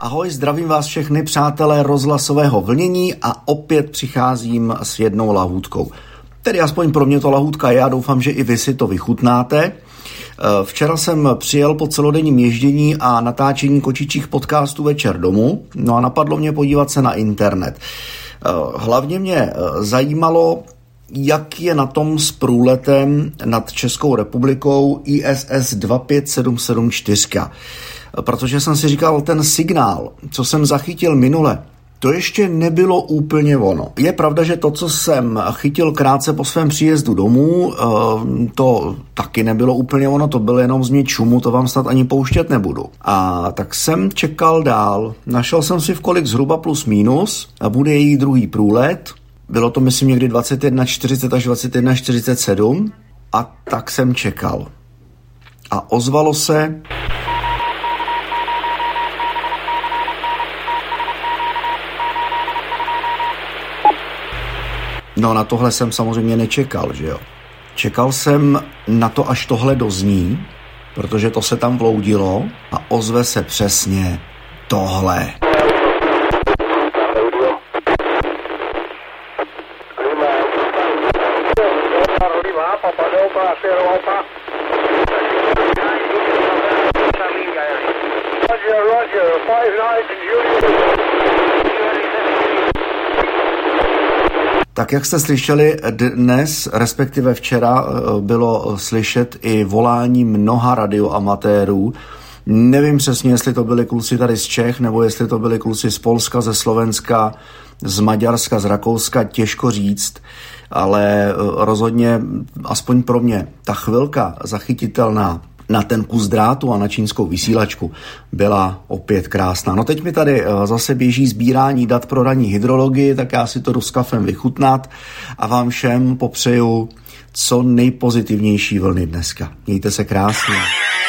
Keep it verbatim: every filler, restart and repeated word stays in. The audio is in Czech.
Ahoj, zdravím vás všechny přátelé rozhlasového vlnění a opět přicházím s jednou lahůdkou. Tedy aspoň pro mě to lahůdka je, já doufám, že i vy si to vychutnáte. Včera jsem přijel po celodenním ježdění a natáčení kočičích podcastů večer domů, no a napadlo mě podívat se na internet. Hlavně mě zajímalo, jak je na tom s průletem nad Českou republikou I S S dva pět sedm sedm čtyři. Protože jsem si říkal, ten signál, co jsem zachytil minule, to ještě nebylo úplně ono. Je pravda, že to, co jsem chytil krátce po svém příjezdu domů, to taky nebylo úplně ono, to byl jenom změť šumu, to vám snad ani pouštět nebudu. A tak jsem čekal dál, našel jsem si v kolik zhruba plus minus a bude její druhý průlet. Bylo to myslím někdy dvacet jedna čtyřicet až dvacet jedna čtyřicet sedm a tak jsem čekal. A ozvalo se... No na tohle jsem samozřejmě nečekal, že jo. Čekal jsem na to, až tohle dozní, protože to se tam vloudilo a ozve se přesně tohle. Tak jak jste slyšeli, dnes, respektive včera, bylo slyšet i volání mnoha radioamatérů. Nevím přesně, jestli to byli kluci tady z Čech, nebo jestli to byli kluci z Polska, ze Slovenska, z Maďarska, z Rakouska, těžko říct, ale rozhodně, aspoň pro mě, ta chvilka zachytitelná na ten kus drátu a na čínskou vysílačku byla opět krásná. No teď mi tady zase běží sbírání dat pro ranní hydrologii, tak já si to jdu s kafem vychutnat a vám všem popřeju co nejpozitivnější vlny dneska. Mějte se krásně.